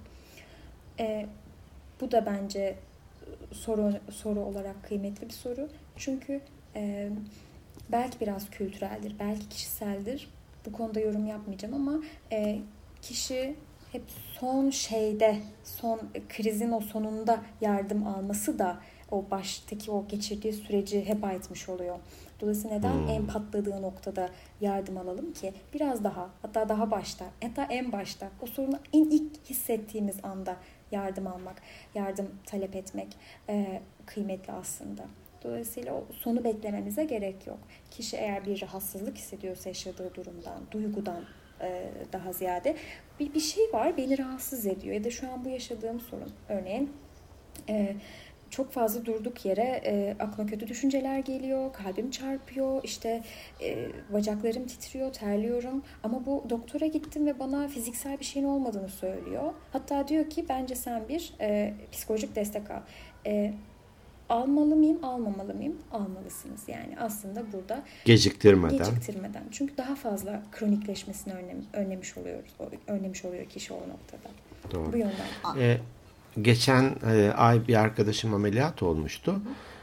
Bu da bence soru olarak kıymetli bir soru. Çünkü belki biraz kültüreldir, belki kişiseldir. Bu konuda yorum yapmayacağım ama kişi hep son krizin o sonunda yardım alması da o baştaki o geçirdiği süreci heba etmiş oluyor. Dolayısıyla neden en patladığı noktada yardım alalım ki? Biraz daha, hatta daha başta, hatta en başta, o sorunu ilk hissettiğimiz anda yardım almak, yardım talep etmek kıymetli aslında. Dolayısıyla o sonu beklememize gerek yok. Kişi eğer bir rahatsızlık hissediyorsa yaşadığı durumdan, duygudan daha ziyade bir şey var beni rahatsız ediyor ya da şu an bu yaşadığım sorun. Örneğin çok fazla durduk yere aklıma kötü düşünceler geliyor, kalbim çarpıyor, işte bacaklarım titriyor, terliyorum ama bu doktora gittim ve bana fiziksel bir şeyin olmadığını söylüyor. Hatta diyor ki bence sen bir psikolojik destek al. Almalı mıyım, almamalı mıyım? Almalısınız. Yani aslında burada geciktirmeden. Çünkü daha fazla kronikleşmesini önlemiş oluyor kişi o noktada. Doğru. Bu yönden. geçen ay bir arkadaşım ameliyat olmuştu.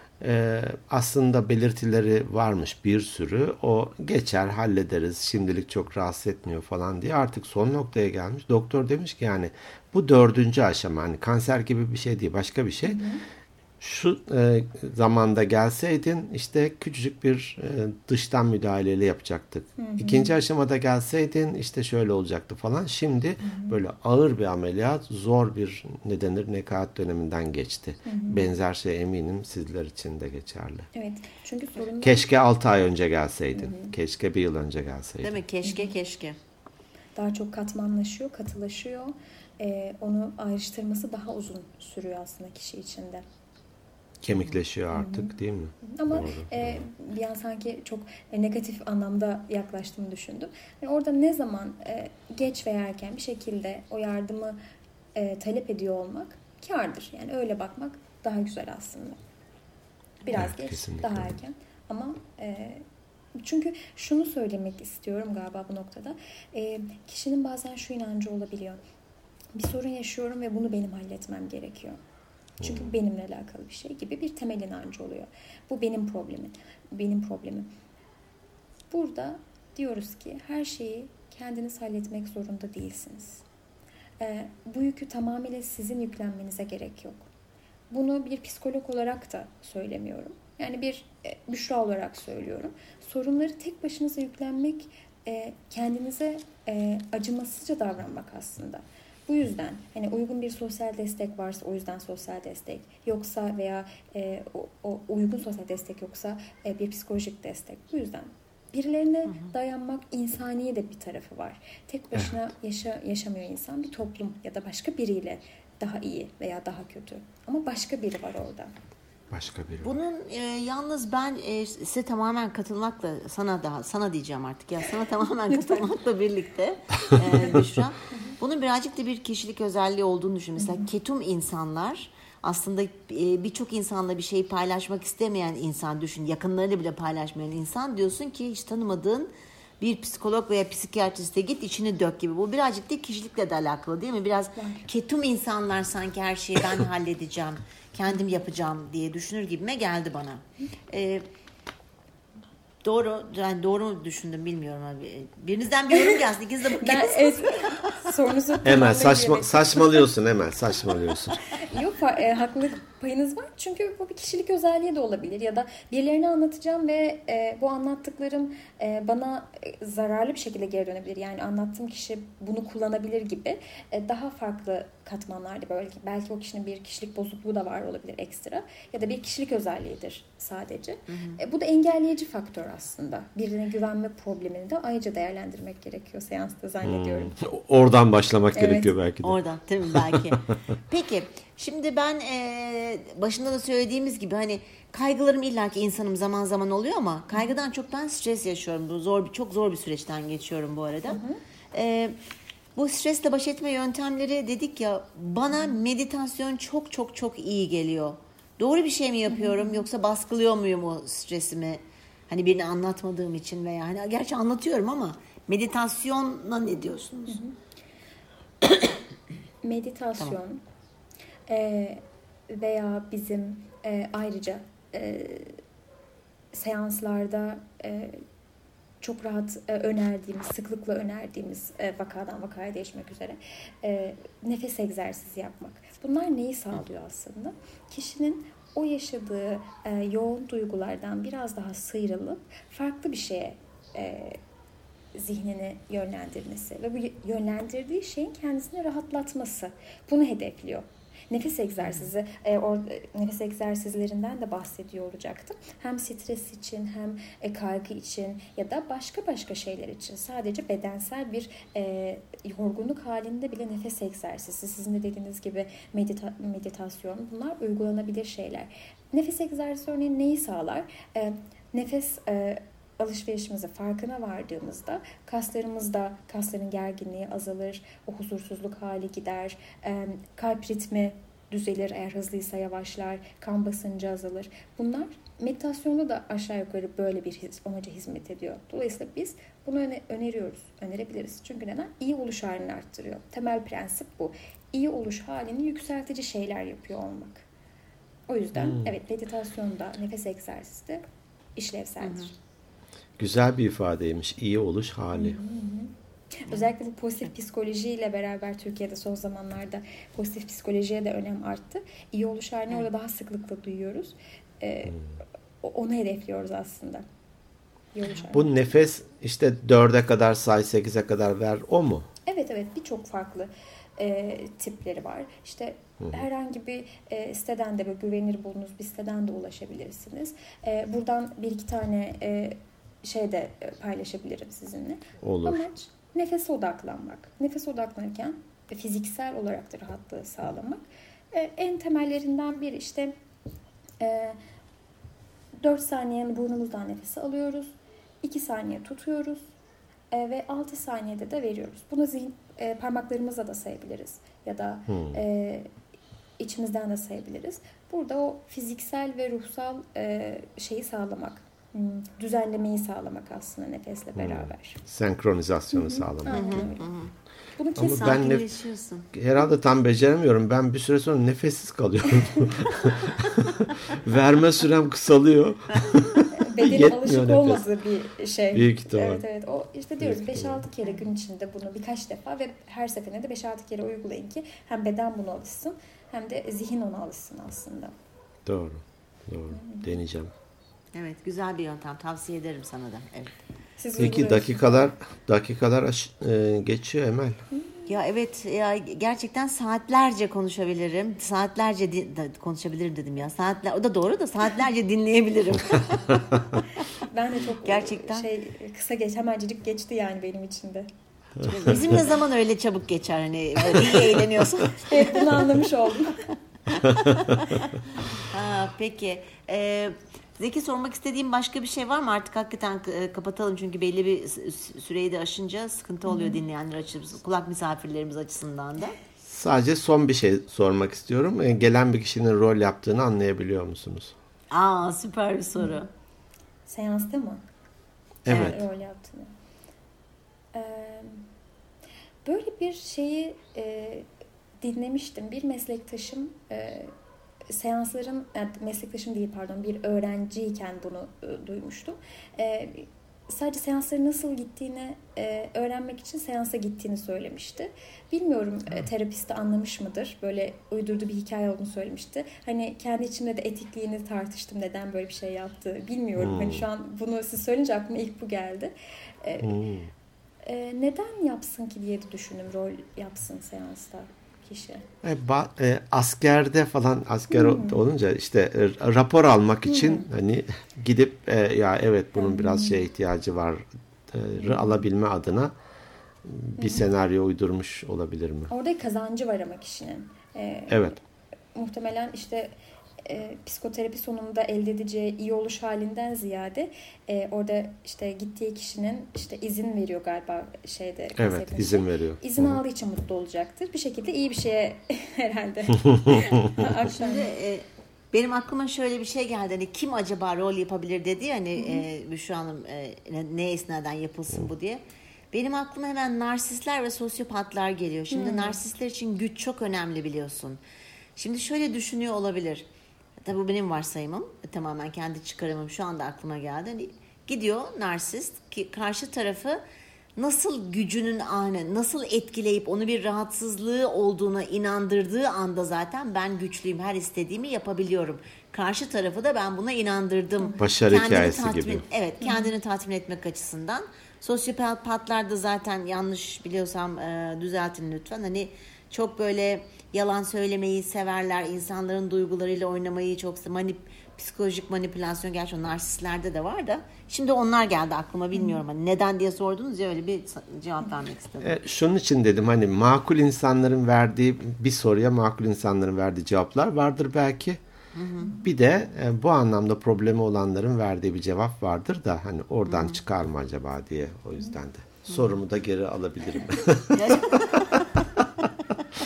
Aslında belirtileri varmış bir sürü. O geçer, hallederiz. Şimdilik çok rahatsız etmiyor falan diye. Artık son noktaya gelmiş. Doktor demiş ki yani bu 4. aşama. Hani kanser gibi bir şey değil, başka bir şey. Şu zamanda gelseydin işte küçücük bir dıştan müdahaleyle yapacaktık. 2. aşamada gelseydin işte şöyle olacaktı falan. Şimdi böyle ağır bir ameliyat, zor bir ne denir nekaat döneminden geçti. Benzer şey eminim sizler için de geçerli. Evet. Çünkü sorun Keşke 6 ay önce gelseydin. Keşke 1 yıl önce gelseydin. Değil mi? Keşke. daha çok katmanlaşıyor, katılaşıyor. Onu ayrıştırması daha uzun sürüyor aslında kişi içinde. Kemikleşiyor artık değil mi? Ama Doğru. bir an sanki çok negatif anlamda yaklaştığımı düşündüm. Yani orada ne zaman geç veya erken bir şekilde o yardımı talep ediyor olmak kârdır. Yani öyle bakmak daha güzel aslında. Biraz Evet, geç, kesinlikle. daha erken. Ama çünkü şunu söylemek istiyorum galiba bu noktada. Kişinin bazen şu inancı olabiliyor. Bir sorun yaşıyorum ve bunu benim halletmem gerekiyor. Çünkü benimle alakalı bir şey gibi bir temel inancı oluyor. Bu benim problemim. Benim problemim. Burada diyoruz ki her şeyi kendiniz halletmek zorunda değilsiniz. Bu yükü tamamıyla sizin yüklenmenize gerek yok. Bunu bir psikolog olarak da söylemiyorum. Yani bir Büşra olarak söylüyorum. Sorunları tek başınıza yüklenmek kendinize acımasızca davranmak aslında. Bu yüzden hani uygun bir sosyal destek varsa o yüzden sosyal destek yoksa veya o uygun sosyal destek yoksa bir psikolojik destek. Bu yüzden birilerine dayanmak insani de bir tarafı var. Tek başına yaşamıyor insan. Bir toplum ya da başka biriyle daha iyi veya daha kötü. Ama başka biri var orada. Başka biri var. Bunun yalnız ben size tamamen katılmakla sana diyeceğim artık ya sana tamamen katılmakla birlikte Büşra. Bunun birazcık da bir kişilik özelliği olduğunu düşünüyorum. Mesela ketum insanlar aslında birçok insanla bir şeyi paylaşmak istemeyen insan düşün. Yakınlarını bile paylaşmayan insan diyorsun ki hiç tanımadığın bir psikolog veya psikiyatriste git içini dök gibi. Bu birazcık da kişilikle de alakalı değil mi? Biraz ketum insanlar sanki her şeyi ben halledeceğim, kendim yapacağım diye düşünür gibime geldi bana. Doğru mu düşündüm bilmiyorum abi. Birinizden bir yorum gelsin. İkiniz de bakıyorsunuz. Sorunuzu Emel saçmalıyorsun Emel saçmalıyorsun. Yok haklılık payınız var. Çünkü bu bir kişilik özelliği de olabilir. Ya da birilerine anlatacağım ve bu anlattıklarım bana zararlı bir şekilde geri dönebilir. Yani anlattığım kişi bunu kullanabilir gibi daha farklı katmanlarda belki o kişinin bir kişilik bozukluğu da var olabilir ekstra. Ya da bir kişilik özelliğidir sadece. Bu da engelleyici faktör aslında. Birine güvenme problemini de ayrıca değerlendirmek gerekiyor seansta zannediyorum. Oradan başlamak gerekiyor belki de. Oradan tabii belki. Peki şimdi ben başında da söylediğimiz gibi hani kaygılarım illaki insanım zaman zaman oluyor ama kaygıdan çok ben stres yaşıyorum. Bu çok zor bir süreçten geçiyorum bu arada. Bu stresle baş etme yöntemleri dedik ya bana meditasyon çok çok çok iyi geliyor. Doğru bir şey mi yapıyorum yoksa baskılıyor muyum o stresimi? Hani birini anlatmadığım için veya hani gerçi anlatıyorum ama meditasyona ne diyorsunuz? Meditasyon veya bizim ayrıca seanslarda çok rahat önerdiğimiz, sıklıkla önerdiğimiz vakadan vakaya değişmek üzere nefes egzersizi yapmak. Bunlar neyi sağlıyor aslında? Kişinin o yaşadığı yoğun duygulardan biraz daha sıyrılıp farklı bir şeye zihnini yönlendirmesi ve bu yönlendirdiği şeyin kendisini rahatlatması. Bunu hedefliyor. Nefes egzersizi, nefes egzersizlerinden de bahsediyor olacaktım. Hem stres için hem kaygı için ya da başka şeyler için. Sadece bedensel bir yorgunluk halinde bile nefes egzersizi, sizin de dediğiniz gibi meditasyon, bunlar uygulanabilir şeyler. Nefes egzersizi örneğin neyi sağlar? Nefes alışverişimize farkına vardığımızda kasların gerginliği azalır, o huzursuzluk hali gider, kalp ritmi düzelir, eğer hızlıysa yavaşlar, kan basıncı azalır. Bunlar meditasyonda da aşağı yukarı böyle bir amaca hizmet ediyor. Dolayısıyla biz bunu önerebiliriz. Çünkü neden? İyi oluş halini arttırıyor. Temel prensip bu. iyi oluş halini yükseltici şeyler yapıyor olmak. O yüzden evet, meditasyonda, nefes egzersizi de işlevseldir. Güzel bir ifadeymiş. İyi oluş hali. Özellikle bu pozitif psikolojiyle beraber Türkiye'de son zamanlarda pozitif psikolojiye de önem arttı. İyi oluş halini orada daha sıklıkla duyuyoruz. Onu hedefliyoruz aslında. İyi oluş hali. Bu nefes işte 4'e kadar say, 8'e kadar ver, o mu? Evet, birçok farklı tipleri var. İşte herhangi bir siteden de, böyle güvenilir bulunuz bir siteden de ulaşabilirsiniz. Buradan bir iki tane şey de paylaşabilirim sizinle. Olur. Amaç nefese odaklanmak. Nefese odaklanırken fiziksel olarak da rahatlığı sağlamak. En temellerinden bir işte 4 saniye burnumuzdan nefesi alıyoruz. 2 saniye tutuyoruz. Ve 6 saniyede de veriyoruz. Bunu parmaklarımızla da sayabiliriz. Ya da içimizden de sayabiliriz. Burada o fiziksel ve ruhsal şeyi sağlamak. Düzenlemeyi sağlamak aslında nefesle beraber. Senkronizasyonu sağlamak. Aynen öyle. Bunu Ama kesin ben Sakinleşiyorsun. herhalde tam beceremiyorum. Ben bir süre sonra nefessiz kalıyorum. Verme sürem kısalıyor. bedenin Yetmiyor alışık nefes. olmadığı bir şey. Büyük ihtimal. Evet. O işte diyoruz Büyük ihtimal. 5-6 kere gün içinde bunu birkaç defa ve her seferinde de 5-6 kere uygulayın ki hem beden buna alışsın hem de zihin ona alışsın aslında. Doğru. Deneyeceğim. Evet, güzel bir yöntem. Tavsiye ederim sana da. Evet. Siz Peki uyguluyorsunuz. dakikalar geçiyor Emel. Ya evet, ya gerçekten saatlerce konuşabilirim. Saatlerce konuşabilirim dedim ya. Saatler, o da doğru da saatlerce dinleyebilirim. Ben de çok Gerçekten. Kısa hemencik geçti yani benim için de. Bizim ne zaman öyle çabuk geçer, hani böyle iyi eğleniyorsun. Evet, bunu anlamış oldum. Peki. Zeki, sormak istediğim başka bir şey var mı? Artık hakikaten kapatalım çünkü belli bir süreyi de aşınca sıkıntı oluyor dinleyenler açısından, kulak misafirlerimiz açısından da. Sadece son bir şey sormak istiyorum. Gelen bir kişinin rol yaptığını anlayabiliyor musunuz? Süper bir soru. Seansta mı? Evet. Rol yaptığını. Böyle bir şeyi dinlemiştim. Bir meslektaşım seansların, meslektaşım değil pardon, bir öğrenciyken bunu duymuştum. Sadece seansların nasıl gittiğini öğrenmek için seansa gittiğini söylemişti. Bilmiyorum terapist de anlamış mıdır? Böyle uydurduğu bir hikaye olduğunu söylemişti. Hani kendi içimde de etikliğini tartıştım, neden böyle bir şey yaptı bilmiyorum. Hani şu an bunu siz söyleyince aklıma ilk bu geldi. Neden yapsın ki diye de düşündüm, rol yapsın seansta kişi. Askerde falan, asker olunca işte rapor almak için hani gidip ya evet bunun biraz ihtiyacı var alabilme adına bir senaryo uydurmuş olabilir mi? Orada kazancı var ama kişinin. Evet. Muhtemelen işte psikoterapi sonunda elde edeceği iyi oluş halinden ziyade orada işte gittiği kişinin işte izin veriyor galiba şeyde. Evet, izin veriyor. İzin aldığı için mutlu olacaktır. Bir şekilde iyi bir şeye herhalde. Şimdi benim aklıma şöyle bir şey geldi. Hani kim acaba rol yapabilir dedi, hani Büşra Hanım ne esnaden yapılsın bu diye. Benim aklıma hemen narsistler ve sosyopatlar geliyor. Şimdi narsistler için güç çok önemli, biliyorsun. Şimdi şöyle düşünüyor olabilir. Tabii bu benim varsayımım. Tamamen kendi çıkarımım, şu anda aklıma geldi. Hani gidiyor narsist ki karşı tarafı nasıl gücünün nasıl etkileyip onu bir rahatsızlığı olduğuna inandırdığı anda zaten ben güçlüyüm, her istediğimi yapabiliyorum. Karşı tarafı da ben buna inandırdım. Başarı hikayesi gibi. Evet, kendini tatmin etmek açısından. Sosyopatlar da zaten, yanlış biliyorsam düzeltin lütfen. Hani çok böyle yalan söylemeyi severler, insanların duygularıyla oynamayı çok psikolojik manipülasyon, gerçi o narsistlerde de var da. Şimdi onlar geldi aklıma, bilmiyorum. Hani neden diye sordunuz ya, öyle bir cevap vermek istedim. Şunun için dedim, hani makul insanların verdiği bir soruya makul insanların verdiği cevaplar vardır belki. Bir de bu anlamda problemi olanların verdiği bir cevap vardır da hani oradan çıkar mı acaba diye, o yüzden de. Sorumu da geri alabilirim.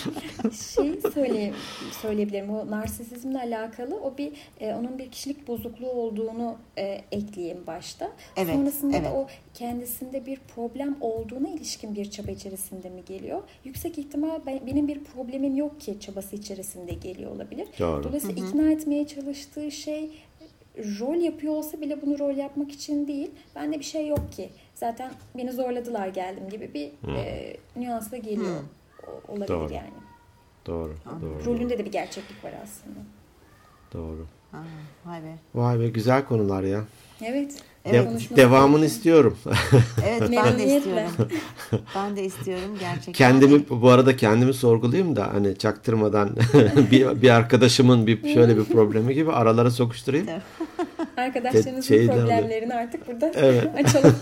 Söyleyebilirim. O narsisizmle alakalı onun bir kişilik bozukluğu olduğunu ekleyeyim başta. Evet, Sonrasında da o kendisinde bir problem olduğuna ilişkin bir çaba içerisinde mi geliyor? Yüksek ihtimal benim bir problemim yok ki çabası içerisinde geliyor olabilir. Doğru. Dolayısıyla ikna etmeye çalıştığı şey rol yapıyor olsa bile bunu rol yapmak için değil. Bende bir şey yok ki. Zaten beni zorladılar geldim gibi bir nüansla geliyor olabilir Doğru. yani. Doğru. Rolünde de bir gerçeklik var aslında. Doğru. Vay be. Vay be, güzel konular ya. Evet. Devamını istiyorum. Evet, ben de istiyorum. Ben de istiyorum gerçekten. Bu arada kendimi sorgulayayım da hani çaktırmadan bir arkadaşımın şöyle bir problemi gibi aralara sokuşturayım. Arkadaşlarınızın problemlerini artık burada açalım.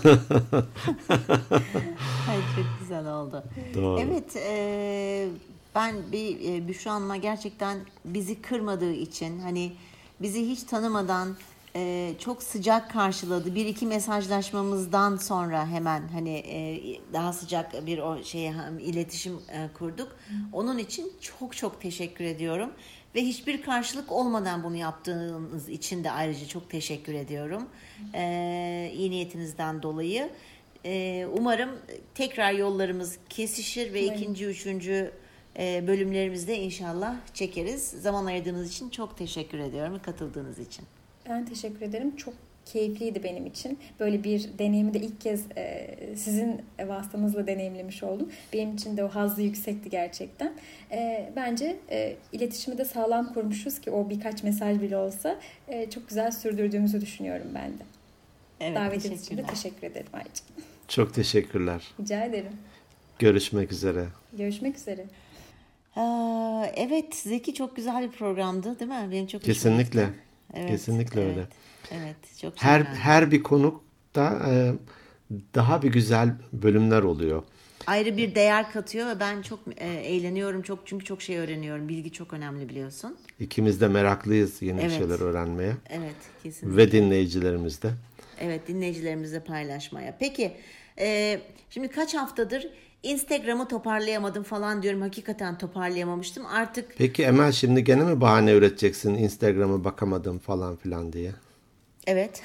Ay, çok güzel oldu. Doğru. Evet, ben Büşra Hanım'a gerçekten bizi kırmadığı için, hani bizi hiç tanımadan çok sıcak karşıladı. Bir iki mesajlaşmamızdan sonra hemen hani daha sıcak bir iletişim kurduk. Onun için çok çok teşekkür ediyorum. Ve hiçbir karşılık olmadan bunu yaptığınız için de ayrıca çok teşekkür ediyorum. İyi niyetinizden dolayı. Umarım tekrar yollarımız kesişir ve ikinci, üçüncü bölümlerimizde inşallah çekeriz. Zaman ayırdığınız için çok teşekkür ediyorum, katıldığınız için. Ben teşekkür ederim. Çok keyifliydi benim için. Böyle bir deneyimi de ilk kez sizin vasıtanızla deneyimlemiş oldum. Benim için de o hazzı yüksekti gerçekten. Bence iletişimi de sağlam kurmuşuz ki o birkaç mesaj bile olsa çok güzel sürdürdüğümüzü düşünüyorum ben de. Evet, davetiniz için de teşekkür ederim ayrıca. Çok teşekkürler. Rica ederim. Görüşmek üzere. Görüşmek üzere. Evet, Zeki, çok güzel bir programdı değil mi? Benim çok kesinlikle. Evet, kesinlikle evet, öyle. Evet, çok her bir konukta daha bir güzel bölümler oluyor. Ayrı bir değer katıyor ve ben çok eğleniyorum çünkü çok şey öğreniyorum. Bilgi çok önemli, biliyorsun. İkimiz de meraklıyız yeni şeyler öğrenmeye. Evet, kesinlikle. Ve dinleyicilerimiz de. Evet, dinleyicilerimizle paylaşmaya. Peki, şimdi kaç haftadır Instagram'ı toparlayamadım falan diyorum. Hakikaten toparlayamamıştım. Artık. Peki Emel, şimdi gene mi bahane üreteceksin Instagram'a bakamadım falan filan diye? Evet.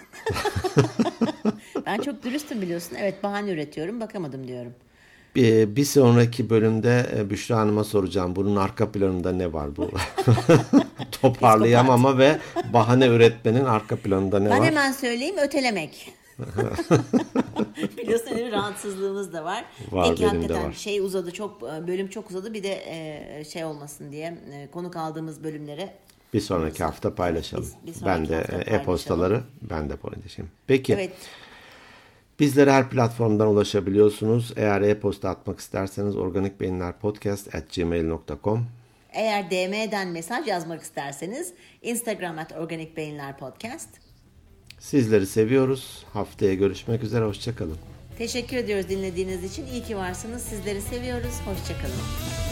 Ben çok dürüstüm, biliyorsun. Evet, bahane üretiyorum, bakamadım diyorum. Bir sonraki bölümde Büşra Hanım'a soracağım. Bunun arka planında ne var bu? Toparlayamama ve bahane üretmenin arka planında ne var? Ben hemen söyleyeyim, ötelemek. Biliyorsun, öyle bir rahatsızlığımız da var. Peki, hakikaten uzadı, bölüm çok uzadı. Bir de olmasın diye konuk aldığımız bölümlere bir sonraki hafta paylaşalım. Ben de e-postaları ben de paylaşayım. Peki. Evet. Bizlere her platformdan ulaşabiliyorsunuz. Eğer e-posta atmak isterseniz organikbeyinlerpodcast@gmail.com. Eğer DM'den mesaj yazmak isterseniz Instagram @organikbeyinlerpodcast. Sizleri seviyoruz. Haftaya görüşmek üzere. Hoşça kalın. Teşekkür ediyoruz dinlediğiniz için. İyi ki varsınız. Sizleri seviyoruz. Hoşça kalın.